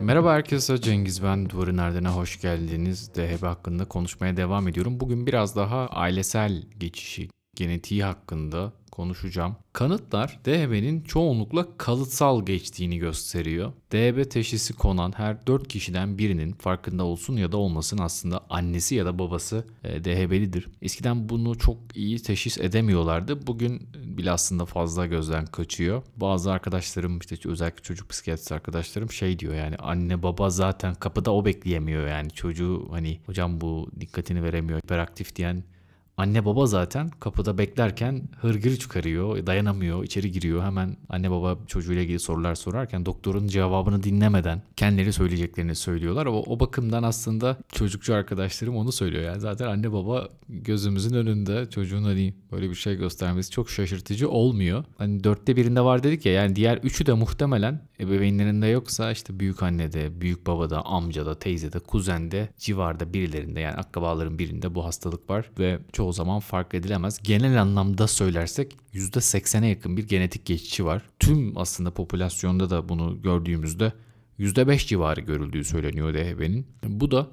Merhaba herkese, Cengiz ben. Duvarın Ardına hoş geldiniz. DHB hakkında konuşmaya devam ediyorum. Bugün biraz daha ailesel geçişi, genetiği hakkında konuşacağım. Kanıtlar DHB'nin çoğunlukla kalıtsal geçtiğini gösteriyor. DHB teşhisi konan her 4 kişiden birinin farkında olsun ya da olmasın aslında annesi ya da babası DHB'lidir. Eskiden bunu çok iyi teşhis edemiyorlardı. Bugün bile aslında fazla gözden kaçıyor. Bazı arkadaşlarım işte özellikle çocuk psikiyatrist arkadaşlarım şey diyor, yani anne baba zaten kapıda, o bekleyemiyor yani çocuğu, hani hocam bu dikkatini veremiyor, hiperaktif diyen anne baba zaten kapıda beklerken hırgür çıkarıyor, dayanamıyor, içeri giriyor. Hemen anne baba çocuğuyla ilgili sorular sorarken doktorun cevabını dinlemeden kendileri söyleyeceklerini söylüyorlar. O bakımdan aslında çocukçu arkadaşlarım onu söylüyor. Yani zaten anne baba gözümüzün önünde, çocuğun hani böyle bir şey göstermesi çok şaşırtıcı olmuyor. Hani dörtte birinde var dedik ya, yani diğer üçü de muhtemelen ebeveynlerinde yoksa işte büyük annede, büyük babada, amcada, teyzede, kuzende, civarda birilerinde, yani akrabaların birinde bu hastalık var ve çoğu zaman fark edilemez. Genel anlamda söylersek %80'e yakın bir genetik geçişi var. Tüm aslında popülasyonda da bunu gördüğümüzde %5 civarı görüldüğü söyleniyor DHB'nin. Bu da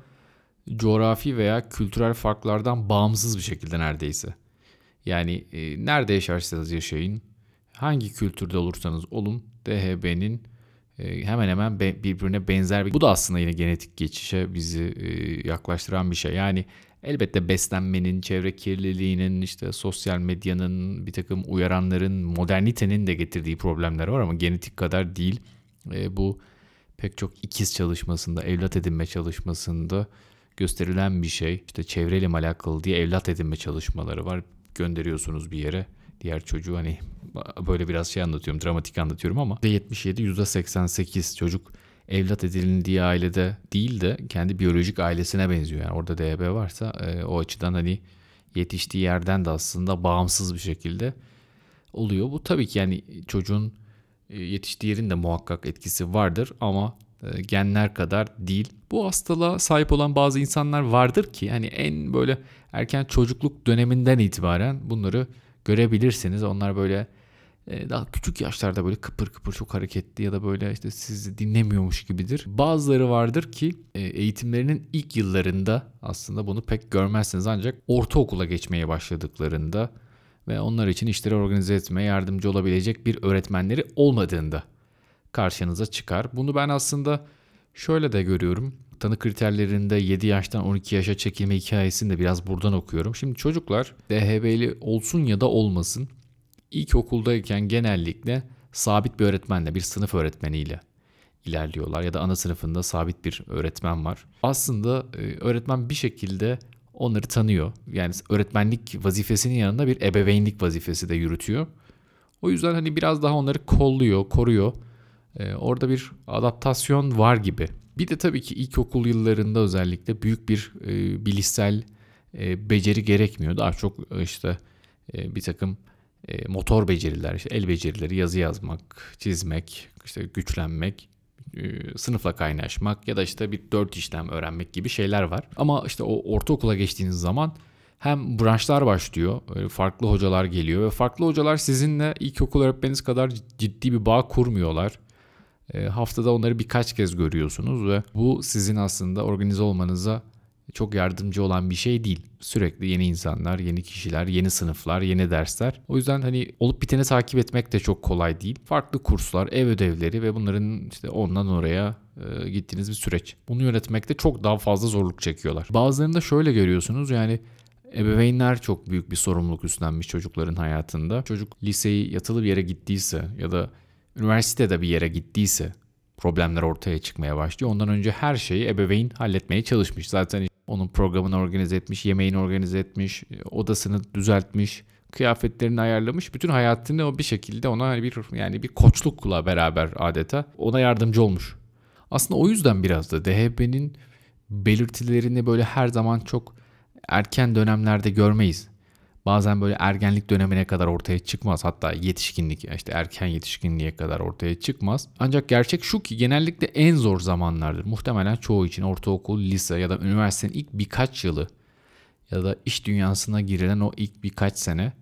coğrafi veya kültürel farklardan bağımsız bir şekilde neredeyse. Yani nerede yaşarsanız yaşayın, hangi kültürde olursanız olun, DHB'nin hemen hemen birbirine benzer bir... Bu da aslında yine genetik geçişe bizi yaklaştıran bir şey. Yani elbette beslenmenin, çevre kirliliğinin, işte sosyal medyanın, bir takım uyaranların, modernitenin de getirdiği problemler var ama genetik kadar değil. Bu pek çok ikiz çalışmasında, evlat edinme çalışmasında gösterilen bir şey. İşte çevreyle alakalı diye evlat edinme çalışmaları var. Gönderiyorsunuz bir yere diğer çocuğu, hani böyle biraz şey anlatıyorum, dramatik anlatıyorum ama %77, %88 çocuk evlat edinildiği ailede değil de kendi biyolojik ailesine benziyor. Yani orada DB varsa o açıdan hani yetiştiği yerden de aslında bağımsız bir şekilde oluyor. Bu tabii ki yani çocuğun yetiştiği yerin de muhakkak etkisi vardır ama genler kadar değil. Bu hastalığa sahip olan bazı insanlar vardır ki hani en böyle erken çocukluk döneminden itibaren bunları görebilirsiniz. Onlar böyle daha küçük yaşlarda böyle kıpır kıpır çok hareketli ya da böyle işte sizi dinlemiyormuş gibidir. Bazıları vardır ki eğitimlerinin ilk yıllarında aslında bunu pek görmezsiniz, ancak ortaokula geçmeye başladıklarında ve onlar için işleri organize etmeye yardımcı olabilecek bir öğretmenleri olmadığında karşınıza çıkar. Bunu ben aslında şöyle de görüyorum. Tanı kriterlerinde 7 yaştan 12 yaşa çekilme hikayesini de biraz buradan okuyorum. Şimdi çocuklar DHB'li olsun ya da olmasın, İlkokuldayken genellikle sabit bir öğretmenle, bir sınıf öğretmeniyle ilerliyorlar ya da ana sınıfında sabit bir öğretmen var. Aslında öğretmen bir şekilde onları tanıyor. Yani öğretmenlik vazifesinin yanında bir ebeveynlik vazifesi de yürütüyor. O yüzden hani biraz daha onları kolluyor, koruyor. Orada bir adaptasyon var gibi. Bir de tabii ki ilkokul yıllarında özellikle büyük bir bilişsel beceri gerekmiyor. Daha çok işte bir takım motor beceriler, işte el becerileri, yazı yazmak, çizmek, işte güçlenmek, sınıfla kaynaşmak ya da işte bir 4 işlem öğrenmek gibi şeyler var. Ama işte o ortaokula geçtiğiniz zaman hem branşlar başlıyor, farklı hocalar geliyor ve farklı hocalar sizinle ilkokul öğretmeniniz kadar ciddi bir bağ kurmuyorlar. Haftada onları birkaç kez görüyorsunuz ve bu sizin aslında organize olmanıza çok yardımcı olan bir şey değil. Sürekli yeni insanlar, yeni kişiler, yeni sınıflar, yeni dersler. O yüzden hani olup biteni takip etmek de çok kolay değil. Farklı kurslar, ev ödevleri ve bunların işte ondan oraya gittiğiniz bir süreç. Bunu yönetmekte çok daha fazla zorluk çekiyorlar. Bazılarını da şöyle görüyorsunuz, yani ebeveynler çok büyük bir sorumluluk üstlenmiş çocukların hayatında. Çocuk liseyi yatılı bir yere gittiyse ya da üniversitede bir yere gittiyse problemler ortaya çıkmaya başlıyor. Ondan önce her şeyi ebeveyn halletmeye çalışmış. Zaten onun programını organize etmiş, yemeğini organize etmiş, odasını düzeltmiş, kıyafetlerini ayarlamış. Bütün hayatını o bir şekilde ona bir koçlukla beraber adeta ona yardımcı olmuş. Aslında o yüzden biraz da DHB'nin belirtilerini böyle her zaman çok erken dönemlerde görmeyiz. Bazen böyle ergenlik dönemine kadar ortaya çıkmaz. Hatta yetişkinlik, işte erken yetişkinliğe kadar ortaya çıkmaz. Ancak gerçek şu ki genellikle en zor zamanlardır. Muhtemelen çoğu için ortaokul, lise ya da üniversitenin ilk birkaç yılı ya da iş dünyasına girilen o ilk birkaç sene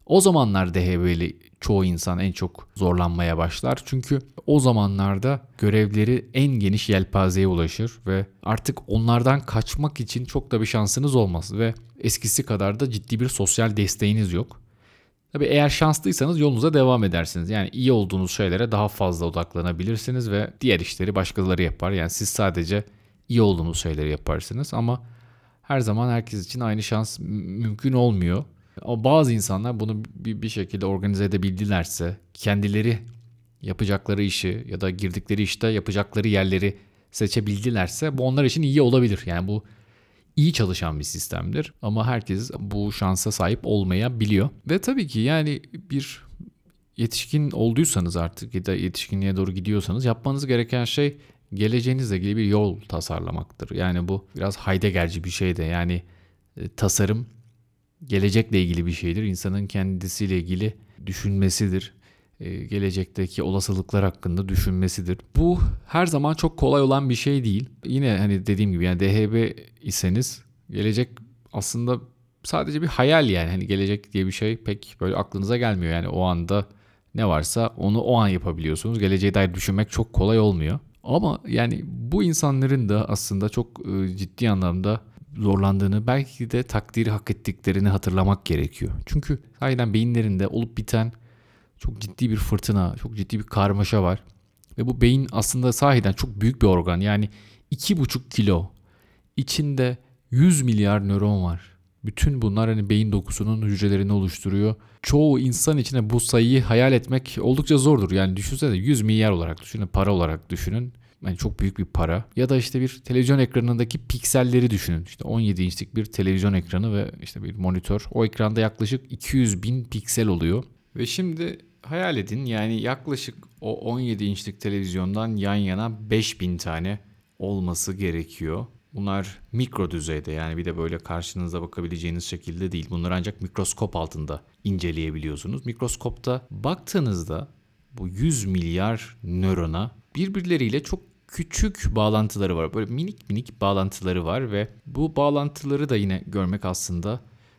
O zamanlar DHB'li çoğu insan en çok zorlanmaya başlar. Çünkü o zamanlarda görevleri en geniş yelpazeye ulaşır ve artık onlardan kaçmak için çok da bir şansınız olmaz ve eskisi kadar da ciddi bir sosyal desteğiniz yok. Tabii eğer şanslıysanız yolunuza devam edersiniz. Yani iyi olduğunuz şeylere daha fazla odaklanabilirsiniz ve diğer işleri başkaları yapar. Yani siz sadece iyi olduğunuz şeyleri yaparsınız ama her zaman herkes için aynı şans mümkün olmuyor. Ama bazı insanlar bunu bir şekilde organize edebildilerse, kendileri yapacakları işi ya da girdikleri işte yapacakları yerleri seçebildilerse bu onlar için iyi olabilir. Yani bu iyi çalışan bir sistemdir ama herkes bu şansa sahip olmayabiliyor. Ve tabii ki yani bir yetişkin olduysanız artık ya da yetişkinliğe doğru gidiyorsanız yapmanız gereken şey geleceğinizle ilgili bir yol tasarlamaktır. Yani bu biraz Heideggerci bir şey de, yani tasarım gelecekle ilgili bir şeydir. İnsanın kendisiyle ilgili düşünmesidir. Gelecekteki olasılıklar hakkında düşünmesidir. Bu her zaman çok kolay olan bir şey değil. Yine hani dediğim gibi yani DHB iseniz gelecek aslında sadece bir hayal yani. Hani gelecek diye bir şey pek böyle aklınıza gelmiyor. Yani o anda ne varsa onu o an yapabiliyorsunuz. Geleceğe dair düşünmek çok kolay olmuyor. Ama yani bu insanların da aslında çok ciddi anlamda zorlandığını, belki de takdiri hak ettiklerini hatırlamak gerekiyor. Çünkü sahiden beyinlerinde olup biten çok ciddi bir fırtına, çok ciddi bir karmaşa var. Ve bu beyin aslında sahiden çok büyük bir organ. Yani 2,5 kilo içinde 100 milyar nöron var. Bütün bunlar hani beyin dokusunun hücrelerini oluşturuyor. Çoğu insan için bu sayıyı hayal etmek oldukça zordur. Yani düşünsene 100 milyar olarak düşünün, para olarak düşünün. Yani çok büyük bir para. Ya da işte bir televizyon ekranındaki pikselleri düşünün. İşte 17 inçlik bir televizyon ekranı ve işte bir monitör. O ekranda yaklaşık 200 bin piksel oluyor. Ve şimdi hayal edin, yani yaklaşık o 17 inçlik televizyondan yan yana 5000 tane olması gerekiyor. Bunlar mikro düzeyde, yani bir de böyle karşınıza bakabileceğiniz şekilde değil. Bunları ancak mikroskop altında inceleyebiliyorsunuz. Mikroskopta baktığınızda bu 100 milyar nörona birbirleriyle çok küçük bağlantıları var. Böyle minik minik bağlantıları var ve bu bağlantıları da yine görmek aslında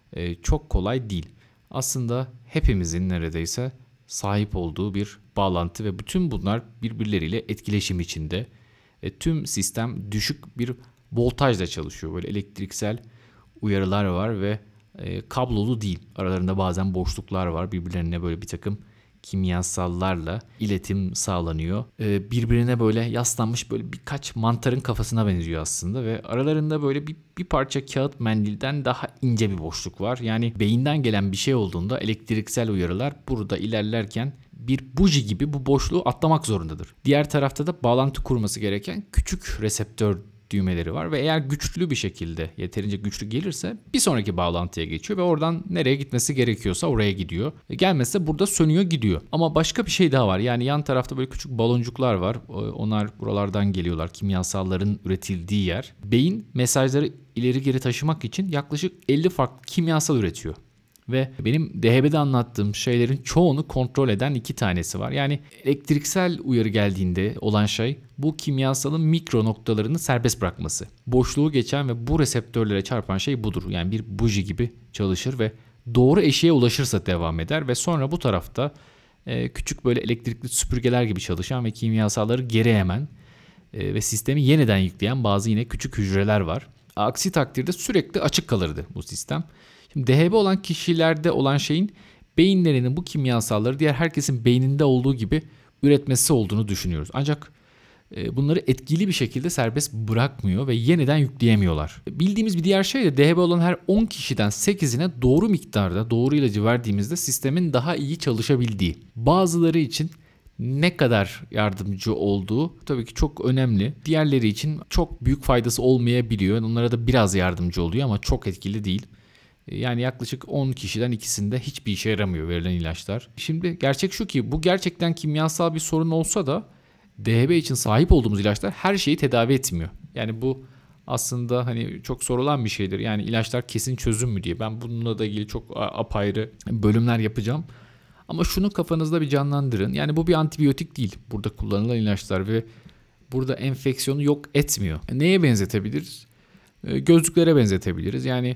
çok kolay değil. Aslında hepimizin neredeyse sahip olduğu bir bağlantı ve bütün bunlar birbirleriyle etkileşim içinde. Tüm sistem düşük bir voltajla çalışıyor. Böyle elektriksel uyarılar var ve kablolu değil. Aralarında bazen boşluklar var. Birbirlerine böyle bir takım kimyasallarla iletim sağlanıyor. Birbirine böyle yaslanmış böyle birkaç mantarın kafasına benziyor aslında ve aralarında böyle bir parça kağıt mendilden daha ince bir boşluk var. Yani beyinden gelen bir şey olduğunda elektriksel uyarılar burada ilerlerken bir buji gibi bu boşluğu atlamak zorundadır. Diğer tarafta da bağlantı kurması gereken küçük reseptör düğmeleri var ve eğer güçlü bir şekilde, yeterince güçlü gelirse bir sonraki bağlantıya geçiyor ve oradan nereye gitmesi gerekiyorsa oraya gidiyor. Gelmezse burada sönüyor gidiyor. Ama başka bir şey daha var. Yani yan tarafta böyle küçük baloncuklar var. Onlar buralardan geliyorlar. Kimyasalların üretildiği yer. Beyin mesajları ileri geri taşımak için yaklaşık 50 farklı kimyasal üretiyor. Ve benim DHB'de anlattığım şeylerin çoğunu kontrol eden 2 tanesi var. Yani elektriksel uyarı geldiğinde olan şey bu kimyasalın mikro noktalarını serbest bırakması. Boşluğu geçen ve bu reseptörlere çarpan şey budur. Yani bir buji gibi çalışır ve doğru eşiğe ulaşırsa devam eder ve sonra bu tarafta küçük böyle elektrikli süpürgeler gibi çalışan ve kimyasalları geri emen ve sistemi yeniden yükleyen bazı yine küçük hücreler var. Aksi takdirde sürekli açık kalırdı bu sistem. Şimdi DHB olan kişilerde olan şeyin beyinlerinin bu kimyasalları diğer herkesin beyninde olduğu gibi üretmesi olduğunu düşünüyoruz. Ancak bunları etkili bir şekilde serbest bırakmıyor ve yeniden yükleyemiyorlar. Bildiğimiz bir diğer şey de DHB olan her 10 kişiden 8'ine doğru miktarda doğru ilacı verdiğimizde sistemin daha iyi çalışabildiği. Bazıları için ne kadar yardımcı olduğu tabii ki çok önemli. Diğerleri için çok büyük faydası olmayabiliyor. Onlara da biraz yardımcı oluyor ama çok etkili değil. Yani yaklaşık 10 kişiden ikisinde hiçbir işe yaramıyor verilen ilaçlar. Şimdi gerçek şu ki bu gerçekten kimyasal bir sorun olsa da DHB için sahip olduğumuz ilaçlar her şeyi tedavi etmiyor. Yani bu aslında hani çok sorulan bir şeydir. Yani ilaçlar kesin çözüm mü diye. Ben bununla da ilgili çok apayrı bölümler yapacağım. Ama şunu kafanızda bir canlandırın. Yani bu bir antibiyotik değil. Burada kullanılan ilaçlar ve burada enfeksiyonu yok etmiyor. Neye benzetebiliriz? Gözlüklere benzetebiliriz. Yani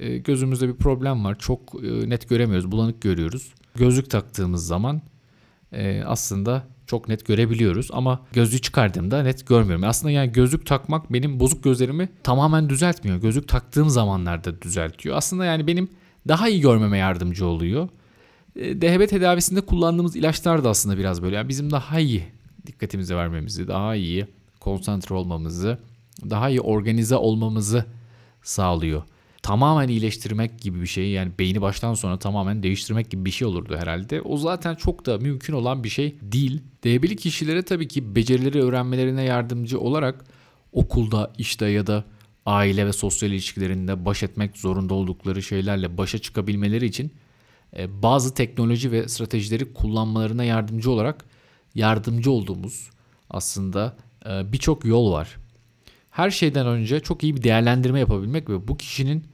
gözümüzde bir problem var. Çok net göremiyoruz, bulanık görüyoruz. Gözlük taktığımız zaman aslında çok net görebiliyoruz ama gözlüğü çıkardığımda net görmüyorum. Aslında yani gözlük takmak benim bozuk gözlerimi tamamen düzeltmiyor. Gözlük taktığım zamanlarda düzeltiyor. Aslında yani benim daha iyi görmeme yardımcı oluyor. DHB tedavisinde kullandığımız ilaçlar da aslında biraz böyle. Yani bizim daha iyi dikkatimizi vermemizi, daha iyi konsantre olmamızı, daha iyi organize olmamızı sağlıyor. Tamamen iyileştirmek gibi bir şey, yani beyni baştan sona tamamen değiştirmek gibi bir şey olurdu herhalde. O zaten çok da mümkün olan bir şey değil. DHB'li kişilere tabii ki becerileri öğrenmelerine yardımcı olarak okulda, işte ya da aile ve sosyal ilişkilerinde baş etmek zorunda oldukları şeylerle başa çıkabilmeleri için bazı teknoloji ve stratejileri kullanmalarına yardımcı olduğumuz aslında birçok yol var. Her şeyden önce çok iyi bir değerlendirme yapabilmek ve bu kişinin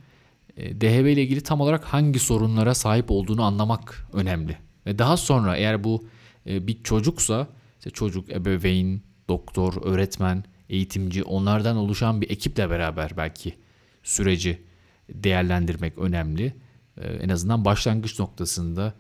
DHB ile ilgili tam olarak hangi sorunlara sahip olduğunu anlamak önemli. Ve daha sonra eğer bu bir çocuksa, işte çocuk, ebeveyn, doktor, öğretmen, eğitimci, onlardan oluşan bir ekiple beraber belki süreci değerlendirmek önemli. En azından başlangıç noktasında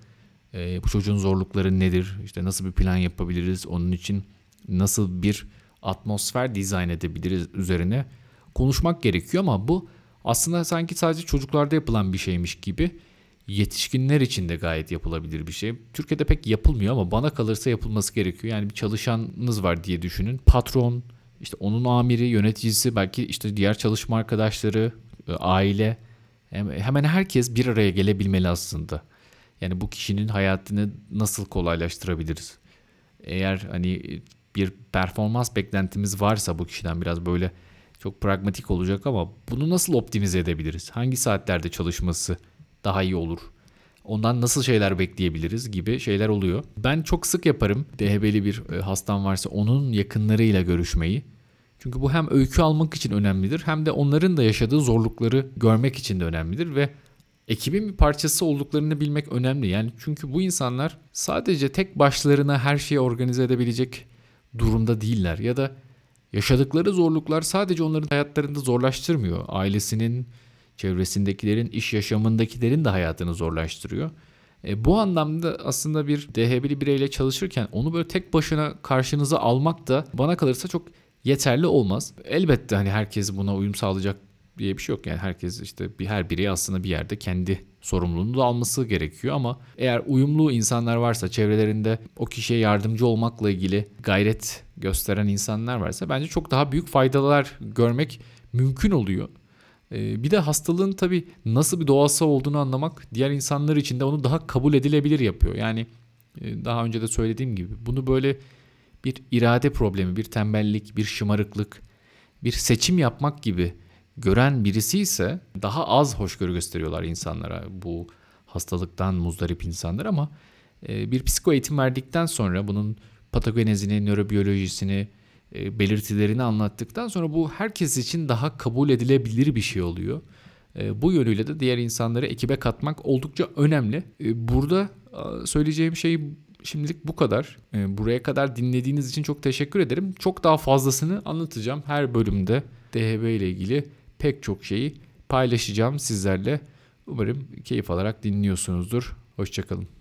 bu çocuğun zorlukları nedir? İşte nasıl bir plan yapabiliriz? Onun için nasıl bir atmosfer dizayn edebiliriz üzerine konuşmak gerekiyor ama bu aslında sanki sadece çocuklarda yapılan bir şeymiş gibi yetişkinler için de gayet yapılabilir bir şey. Türkiye'de pek yapılmıyor ama bana kalırsa yapılması gerekiyor. Yani bir çalışanınız var diye düşünün. Patron, işte onun amiri, yöneticisi, belki işte diğer çalışma arkadaşları, aile, hemen herkes bir araya gelebilmeli aslında. Yani bu kişinin hayatını nasıl kolaylaştırabiliriz? Eğer hani bir performans beklentimiz varsa bu kişiden, biraz böyle çok pragmatik olacak ama bunu nasıl optimize edebiliriz? Hangi saatlerde çalışması daha iyi olur? Ondan nasıl şeyler bekleyebiliriz gibi şeyler oluyor. Ben çok sık yaparım, DHB'li bir hastam varsa onun yakınlarıyla görüşmeyi. Çünkü bu hem öykü almak için önemlidir hem de onların da yaşadığı zorlukları görmek için de önemlidir ve ekibin bir parçası olduklarını bilmek önemli. Yani çünkü bu insanlar sadece tek başlarına her şeyi organize edebilecek durumda değiller ya da yaşadıkları zorluklar sadece onların hayatlarını zorlaştırmıyor. Ailesinin, çevresindekilerin, iş yaşamındakilerin de hayatını zorlaştırıyor. Bu anlamda aslında bir DHB'li bireyle çalışırken onu böyle tek başına karşınıza almak da bana kalırsa çok yeterli olmaz. Elbette hani herkes buna uyum sağlayacak diye bir şey yok. Yani herkes, işte her biri aslında bir yerde kendi sorumluluğunu da alması gerekiyor ama eğer uyumlu insanlar varsa, çevrelerinde o kişiye yardımcı olmakla ilgili gayret gösteren insanlar varsa bence çok daha büyük faydalar görmek mümkün oluyor. Bir de hastalığın tabii nasıl bir doğası olduğunu anlamak diğer insanlar için de onu daha kabul edilebilir yapıyor. Yani daha önce de söylediğim gibi bunu böyle bir irade problemi, bir tembellik, bir şımarıklık, bir seçim yapmak gibi gören birisi ise daha az hoşgörü gösteriyorlar insanlara, bu hastalıktan muzdarip insanlar. Ama bir psiko eğitim verdikten sonra bunun patogenezini, nörobiyolojisini, belirtilerini anlattıktan sonra bu herkes için daha kabul edilebilir bir şey oluyor. Bu yönüyle de diğer insanları ekibe katmak oldukça önemli. Burada söyleyeceğim şey şimdilik bu kadar. Buraya kadar dinlediğiniz için çok teşekkür ederim. Çok daha fazlasını anlatacağım. Her bölümde DHB ile ilgili pek çok şeyi paylaşacağım sizlerle. Umarım keyif alarak dinliyorsunuzdur. Hoşça kalın.